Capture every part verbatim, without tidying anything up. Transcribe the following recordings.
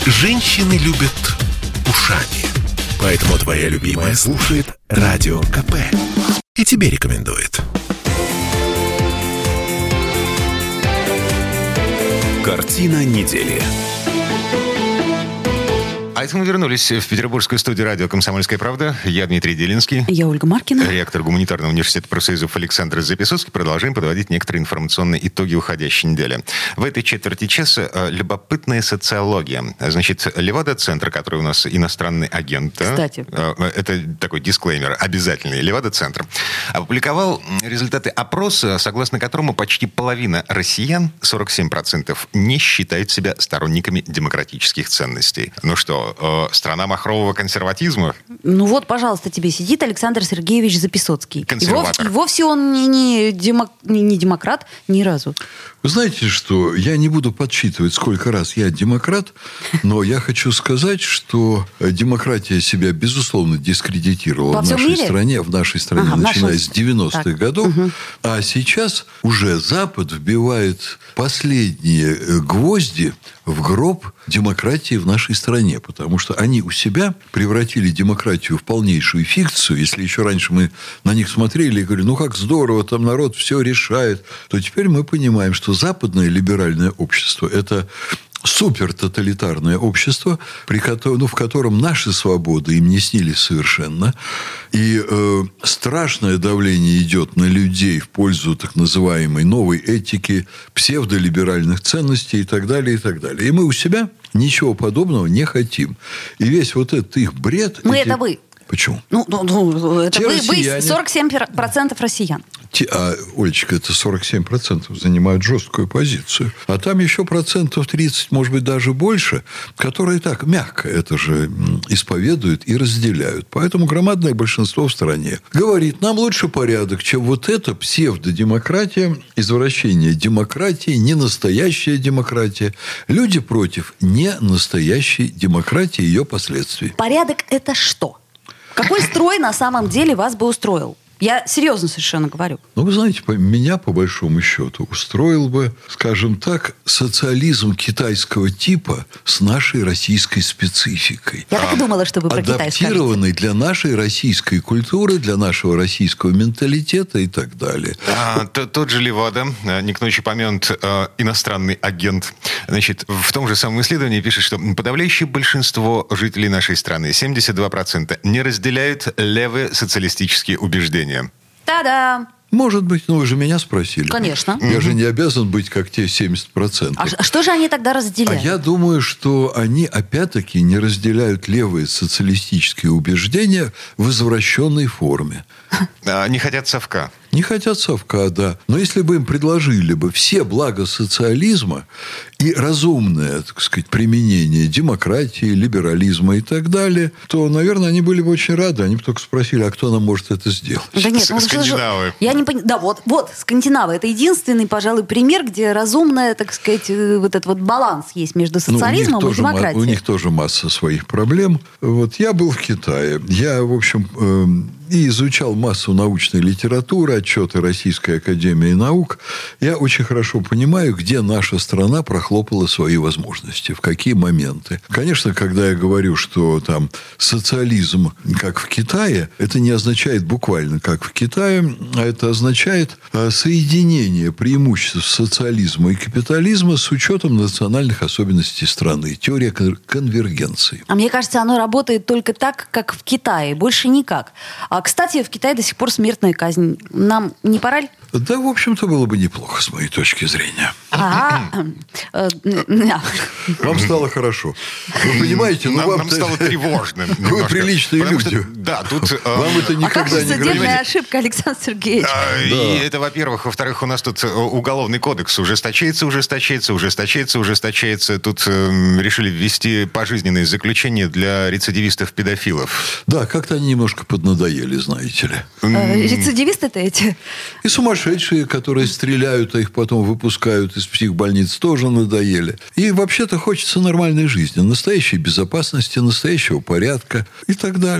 Женщины любят ушами. Поэтому твоя любимая слушает Радио КП. И тебе рекомендует. Картина недели. А это мы вернулись в петербургскую студию радио «Комсомольская правда». Я Дмитрий Делинский. Я Ольга Маркина. Ректор Гуманитарного университета профсоюзов Александр Записоцкий. Продолжаем подводить некоторые информационные итоги уходящей недели. В этой четверти часа э, любопытная социология. Значит, Левада-центр, который у нас иностранный агент. Кстати. Э, это такой дисклеймер, обязательный. Левада-центр опубликовал результаты опроса, согласно которому почти половина россиян, сорок семь процентов, не считают себя сторонниками демократических ценностей. Ну что, страна махрового консерватизма? Ну вот, пожалуйста, тебе сидит Александр Сергеевич Записоцкий. Консерватор. И, вов, и вовсе он не, не, демок, не, не демократ ни разу. Вы знаете, что я не буду подсчитывать, сколько раз я демократ, но я хочу сказать, что демократия себя, безусловно, дискредитировала в нашей мире? стране, в нашей стране, ага, начиная нашем... с девяностых так. годов. Угу. А сейчас уже Запад вбивает последние гвозди в гроб демократии в нашей стране, потому что они у себя превратили демократию в полнейшую фикцию. Если еще раньше мы на них смотрели и говорили, ну как здорово, там народ все решает, то теперь мы понимаем, что западное либеральное общество – это супертоталитарное общество, при котором, ну, в котором наши свободы им не снились совершенно. И э, страшное давление идет на людей в пользу так называемой новой этики, псевдолиберальных ценностей и так далее, и так далее. И мы у себя ничего подобного не хотим. И весь вот этот их бред... Мы эти... это вы. Почему? Ну, ну, ну это Те вы, россияне... вы сорок семь процентов россиян. Те, а, Олечка, это сорок семь процентов занимают жесткую позицию. А там еще процентов тридцать, может быть, даже больше, которые так мягко это же исповедуют и разделяют. Поэтому громадное большинство в стране говорит, нам лучше порядок, чем вот эта псевдодемократия, извращение демократии, не настоящая демократия. Люди против не настоящей демократии и ее последствий. Порядок – это что? Какой строй на самом деле вас бы устроил? Я серьезно совершенно говорю. Ну, вы знаете, меня, по большому счету, устроил бы, скажем так, социализм китайского типа с нашей российской спецификой. Я так и думала, что вы про Китай скажете. Адаптированный для нашей российской культуры, для нашего российского менталитета и так далее. А, т- тот же Левада, не к ночи помянут, э, иностранный агент, значит, в том же самом исследовании пишет, что подавляющее большинство жителей нашей страны, семьдесят два процента, не разделяют левые социалистические убеждения. Та-да! Может быть, но вы же меня спросили. Конечно. Я же не обязан быть как те семьдесят процентов. А что же они тогда разделяют? А я думаю, что они, опять-таки, не разделяют левые социалистические убеждения в извращенной форме. Не хотят совка. Не хотят совка, да. Но если бы им предложили бы все блага социализма и разумное, так сказать, применение демократии, либерализма и так далее, то, наверное, они были бы очень рады. Они бы только спросили, а кто нам может это сделать? Да нет, ну, скандинавы. Я не понимаю. Да, вот, вот, скандинавы. Это единственный, пожалуй, пример, где разумное, так сказать, вот этот вот баланс есть между социализмом ну, и демократией. У них тоже масса своих проблем. Вот я был в Китае. Я, в общем, э, и изучал массу научной литературы, отчеты Российской академии наук. Я очень хорошо понимаю, где наша страна прохлопала свои возможности, в какие моменты. Конечно, когда я говорю, что там социализм, как в Китае, это не означает буквально как в Китае, а это означает соединение преимуществ социализма и капитализма с учетом национальных особенностей страны. Теория конвергенции. А мне кажется, оно работает только так, как в Китае, больше никак. А, кстати, в Китае до сих пор смертная казнь. Нам не пора ли? Да, в общем-то, было бы неплохо, с моей точки зрения. Вам стало хорошо. Вы понимаете, ну вам... Нам стало тревожно. Вы приличные люди. Да, тут... Вам это никогда не говорили. А как же судебная ошибка, Александр Сергеевич? И это, во-первых. Во-вторых, у нас тут уголовный кодекс ужесточается, ужесточается, ужесточается, ужесточается. Тут решили ввести пожизненное заключение для рецидивистов-педофилов. Да, как-то они немножко поднадоели, знаете ли. Рецидивисты-то эти? И сумасшедшие, которые стреляют, а их потом выпускают из психбольниц, тоже надоели. И вообще-то хочется нормальной жизни, настоящей безопасности, настоящего порядка и так далее.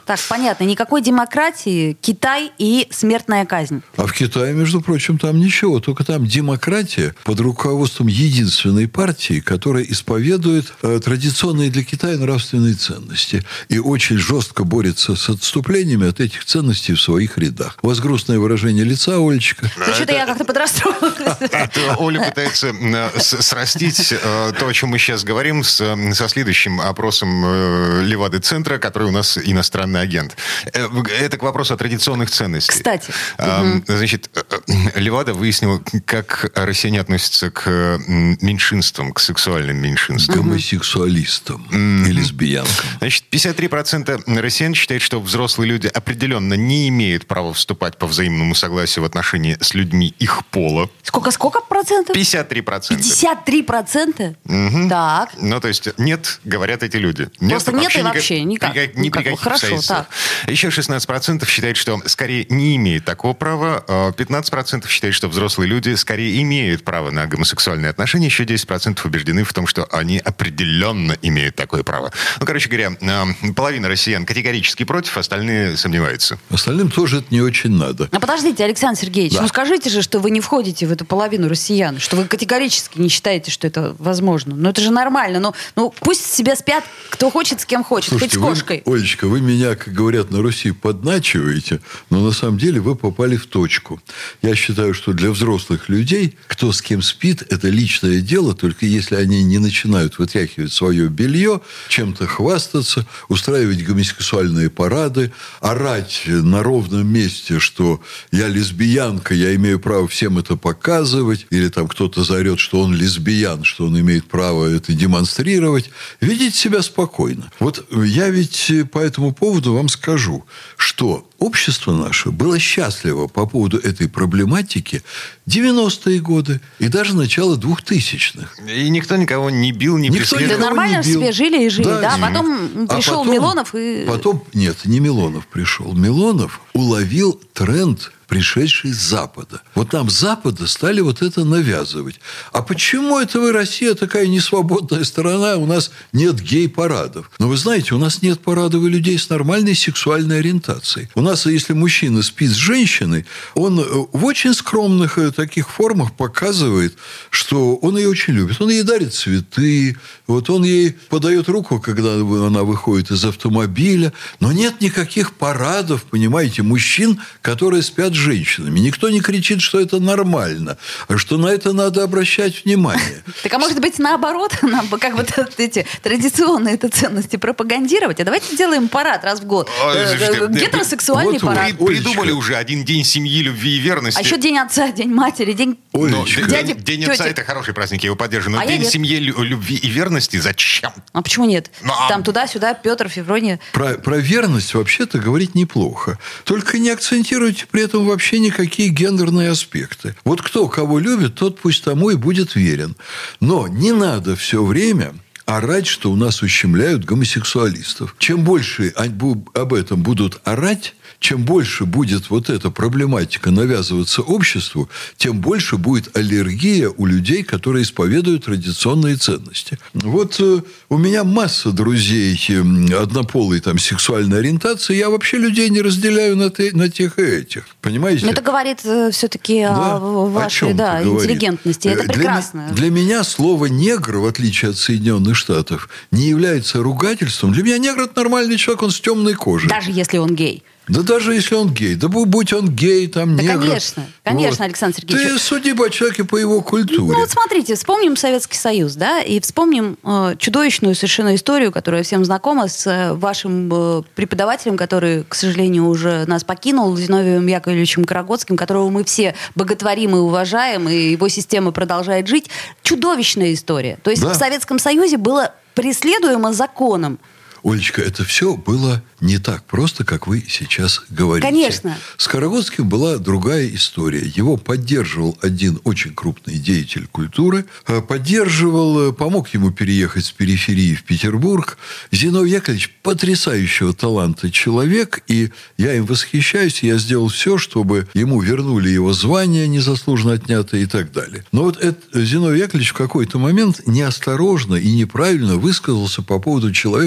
Так, понятно. Никакой демократии, Китай и смертная казнь. А в Китае, между прочим, там ничего. Только там демократия под руководством единственной партии, которая исповедует э, традиционные для Китая нравственные ценности. И очень жестко борется с отступлениями от этих ценностей в своих рядах. У вас грустное выражение лица, Олечка. Да что-то я как-то подрастроилась. Оля пытается срастить то, о чем мы сейчас говорим, со следующим опросом Левады-центра, который у нас иностранный агент. Это к вопросу о традиционных ценностях. Кстати. Значит, Левада выяснила, как россияне относятся к меньшинствам, к сексуальным меньшинствам. Гомосексуалистам и лесбиянкам. Значит, пятьдесят три процента россиян считают, что взрослые люди определенно не имеют права вступать по взаимному согласию в отношении с людьми их пола. Сколько-сколько процентов? пятьдесят три процента. пятьдесят три процента? Угу. Так. Ну, то есть, нет, говорят эти люди. Нет, Просто нет и никак, вообще никак. Ни, ни ну, при каких хорошо, обстоятельствах. Еще шестнадцать процентов считают, что скорее не имеют такого права. пятнадцать процентов считают, что взрослые люди скорее имеют право на гомосексуальные отношения. Еще десять процентов убеждены в том, что они определенно имеют такое право. Ну, короче говоря, половина россиян категорически против, остальные сомневаются. Остальным тоже это не очень надо. А подождите, Александр Сергеевич, да. ну скажите же, что вы не входите в эту половину россиян, что вы категорически не считаете, что это возможно. Ну, это же нормально. Ну, ну пусть себя спят, кто хочет, с кем хочет, Слушайте, хоть с кошкой. Вы, Олечка, вы меня, как говорят на Руси, подначиваете, но на самом деле вы попали в точку. Я считаю, что для взрослых людей, кто с кем спит, это личное дело, только если они не начинают вытряхивать свое белье, чем-то хвастаться, устраивать гомосексуальные парады, орать на ровном месте, что я лесбиянка, я имею право всем это показывать, или там кто-то заорет, что он лесбиян, что он имеет право это демонстрировать. Ведите себя спокойно. Вот я ведь по этому поводу вам скажу, что общество наше было счастливо по поводу этой проблематики девяностые годы и даже начало двухтысячных. И никто никого не бил, не никто преследовал. Да нормально себе жили и жили, да. да? Потом а пришел потом, Милонов и... Потом, нет, не Милонов пришел. Милонов уловил тренд, пришедший с Запада. Вот нам с Запада стали вот это навязывать. А почему это вы, Россия, такая несвободная страна, у нас нет гей-парадов? Но вы знаете, у нас нет парадов и людей с нормальной сексуальной ориентацией. У нас, если мужчина спит с женщиной, он в очень скромных таких формах показывает, что он ее очень любит. Он ей дарит цветы, вот он ей подает руку, когда она выходит из автомобиля. Но нет никаких парадов, понимаете, мужчин, которые спят с женщинами. Никто не кричит, что это нормально, а что на это надо обращать внимание. Так, а может быть, наоборот, нам бы как вот эти традиционные ценности пропагандировать? А давайте сделаем парад раз в год. Гетеросексуальный парад. Придумали уже один день семьи, любви и верности. А еще день отца, день матери, день дяди. День отца – это хороший праздник, я его поддерживаю. Но день семьи, любви и верности зачем? А почему нет? Там туда-сюда Петр, Феврония. Про верность вообще-то говорить неплохо. Только не акцентируйте при этом вообще никакие гендерные аспекты. Вот кто кого любит, тот пусть тому и будет верен. Но не надо все время орать, что у нас ущемляют гомосексуалистов. Чем больше об этом будут орать, чем больше будет вот эта проблематика навязываться обществу, тем больше будет аллергия у людей, которые исповедуют традиционные ценности. Вот э, у меня масса друзей э, однополой там, сексуальной ориентации. Я вообще людей не разделяю на, те, на тех и этих. Понимаете? Но это говорит э, все-таки да? о вашей о да, интеллигентности. Это прекрасно. Для, для меня слово «негр», в отличие от Соединенных Штатов, не является ругательством. Для меня негр – это нормальный человек, он с темной кожей. Даже если он гей. Да даже если он гей. Да будь он гей, там, да негр. конечно, конечно, вот. Александр Сергеевич. Ты суди по человеку по его культуре. Ну, вот смотрите, вспомним Советский Союз, да, и вспомним э, чудовищную совершенно историю, которая всем знакома, с э, вашим э, преподавателем, который, к сожалению, уже нас покинул, Зиновием Яковлевичем Карагодским, которого мы все боготворим и уважаем, и его система продолжает жить. Чудовищная история. То есть да. в Советском Союзе было преследуемо законом. Олечка, это все было не так просто, как вы сейчас говорите. Конечно. С Карагодским была другая история. Его поддерживал один очень крупный деятель культуры. Поддерживал, помог ему переехать с периферии в Петербург. Зиновий Яковлевич потрясающего таланта человек. И я им восхищаюсь. Я сделал все, чтобы ему вернули его звание, незаслуженно отнятое и так далее. Но вот это, Зиновий Яковлевич в какой-то момент неосторожно и неправильно высказался по поводу человека, который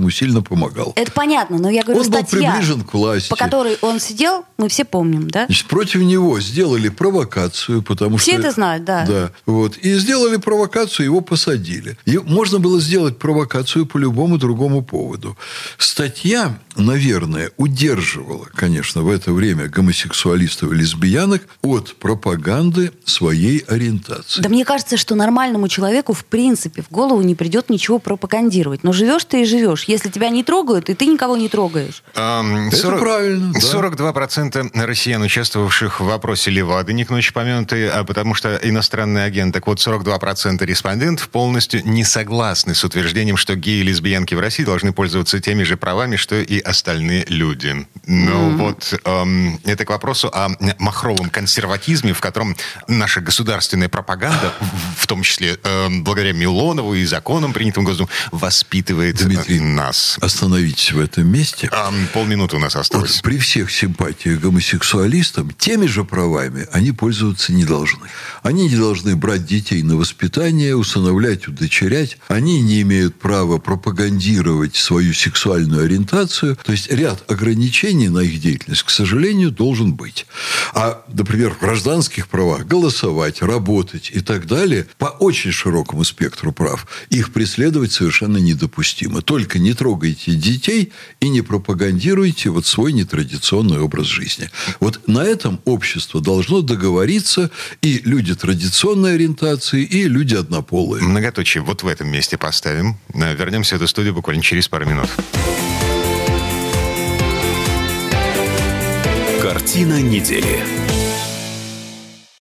ему сильно помогал. Это понятно, но я говорю, он статья, был приближен к власти. по которой он сидел, мы все помним, да? Значит, против него сделали провокацию, потому все что... это знают, да. Да, вот. И сделали провокацию, его посадили. И можно было сделать провокацию по любому другому поводу. Статья, наверное, удерживала, конечно, в это время гомосексуалистов и лесбиянок от пропаганды своей ориентации. Да мне кажется, что нормальному человеку в принципе в голову не придет ничего пропагандировать. Но живешь ты и живешь. Если тебя не трогают, и ты никого не трогаешь. сорок, Это правильно, да. сорок два процента россиян, участвовавших в опросе Левады, не к ночи помянутые, а потому что иностранный агент. Так вот, сорок два процента респондентов полностью не согласны с утверждением, что геи и лесбиянки в России должны пользоваться теми же правами, что и остальные люди. Ну mm. вот, эм, это к вопросу о махровом консерватизме, в котором наша государственная пропаганда, в том числе э, благодаря Милонову и законам, принятым Госдумой, воспитывает Дмитрий, нас. Остановитесь в этом месте. А, полминуты у нас осталось. Вот при всех симпатиях к гомосексуалистам теми же правами они пользоваться не должны. Они не должны брать детей на воспитание, усыновлять, удочерять. Они не имеют права пропагандировать свою сексуальную ориентацию. То есть ряд ограничений на их деятельность, к сожалению, должен быть. А, например, в гражданских правах голосовать, работать и так далее по очень широкому спектру прав их преследовать совершенно недопустимо. Только не трогайте детей и не пропагандируйте вот свой нетрадиционный образ жизни. Вот на этом общество должно договориться, и люди традиционной ориентации, и люди однополые. Многоточие вот в этом месте поставим. Вернемся в эту студию буквально через пару минут. Картина недели.